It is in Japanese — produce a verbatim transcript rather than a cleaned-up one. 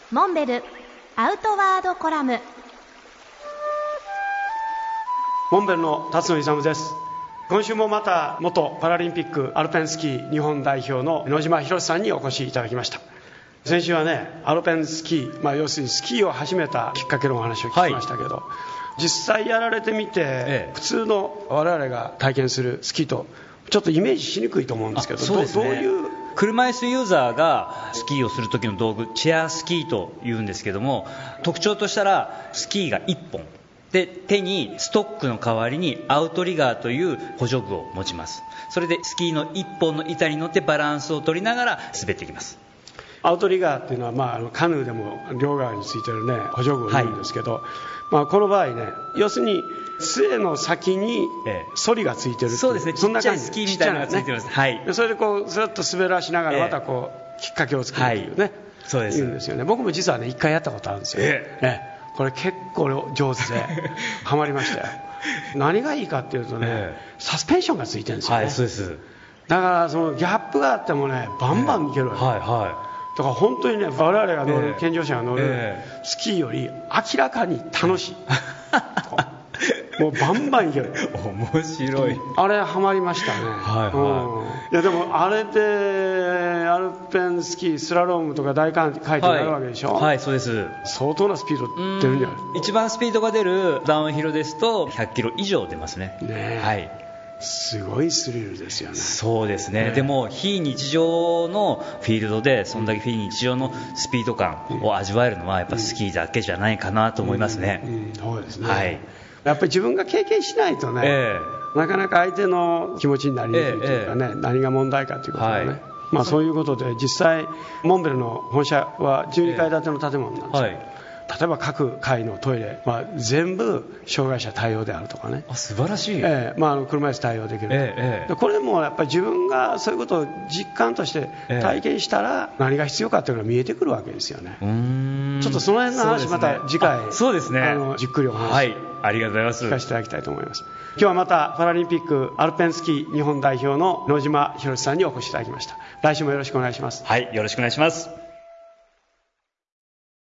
モンベルアウトワードコラム。 モンベルの辰野勇です。今週もまた元パラリンピックアルペンスキー日本代表の野島博さんにお越しいただきました。先週はね、アルペンスキー、まあ、要するにスキーを始めたきっかけのお話を聞きましたけど、はい、実際やられてみて、ええ、普通の我々が体験するスキーとちょっとイメージしにくいと思うんですけど、 そうですね、 ど, どういう車椅子ユーザーがスキーをする時の道具、チェアスキーというんですけども、特徴としたらスキーがいっぽんで、手にストックの代わりにアウトリガーという補助具を持ちます。それでスキーのいっぽんの板に乗ってバランスを取りながら滑っていきます。 アウトリガーっていうのは、まあ、あのカヌーでも両側についてる、ね、補助具を言うんですけど、はい、まあ、この場合ね、要するに杖の先に反りがついてるっていう、 そうですね、 そんな感じ、 ちっちゃいスキーみたいなのがついてます、ね、はい、 でそれでこうずっと滑らしながらまたこうきっかけを作るっていうね、はい、 そうです、 言うんですよね。僕も実はね、一回やったことあるんですよ、ええええ、これ結構上手でハマりましたよ。何がいいかっていうとね、ええ、サスペンションがついてるんですよね、 はい、そうです。 だからそのギャップがあってもね、バンバンいけるわけ、ええ、はいはい、だから本当にね、我々が乗る、えー、健常者が乗るスキーより明らかに楽しい、もうバンバンいける。 面白い。 あれハマりましたね、はいはい、うん、いやでもあれでアルペンスキースラロームとか大回転になるわけでしょ、 はい、はい、そうです。 相当なスピード出るんじゃない？ 一番スピードが出るダウンヒルですとひゃっキロ以上出ますね。 ね、はい、すごいスリルですよね。 そうですね、ね、でも非日常のフィールドでそんだけ非日常のスピード感を味わえるのはやっぱスキーだけじゃないかなと思いますね、 うんうんうん、そうですね、 はい、 やっぱり自分が経験しないとね、えー、なかなか相手の気持ちになりにくいというかね、えーえー、何が問題かということをね、はい、まあ、そういうことで実際モンベルの本社はじゅうにかい建ての建物なんですよ、えーはい、例えば各階のトイレ、まあ、全部障害者対応であるとかね。 あ、素晴らしい、 えーまあ、あの車椅子対応できると、えー、でこれもやっぱり自分がそういうことを実感として体験したら何が必要かというのが見えてくるわけですよね。うーん、ちょっとその辺の話、また次回、 そうですね、 あのじっくりお話、 はい、ありがとうございます。 聞かせていただきたいと思います。今日はまたパラリンピックアルペンスキー日本代表の野島博さんにお越しいただきました。来週もよろしくお願いします。 はい、よろしくお願いします。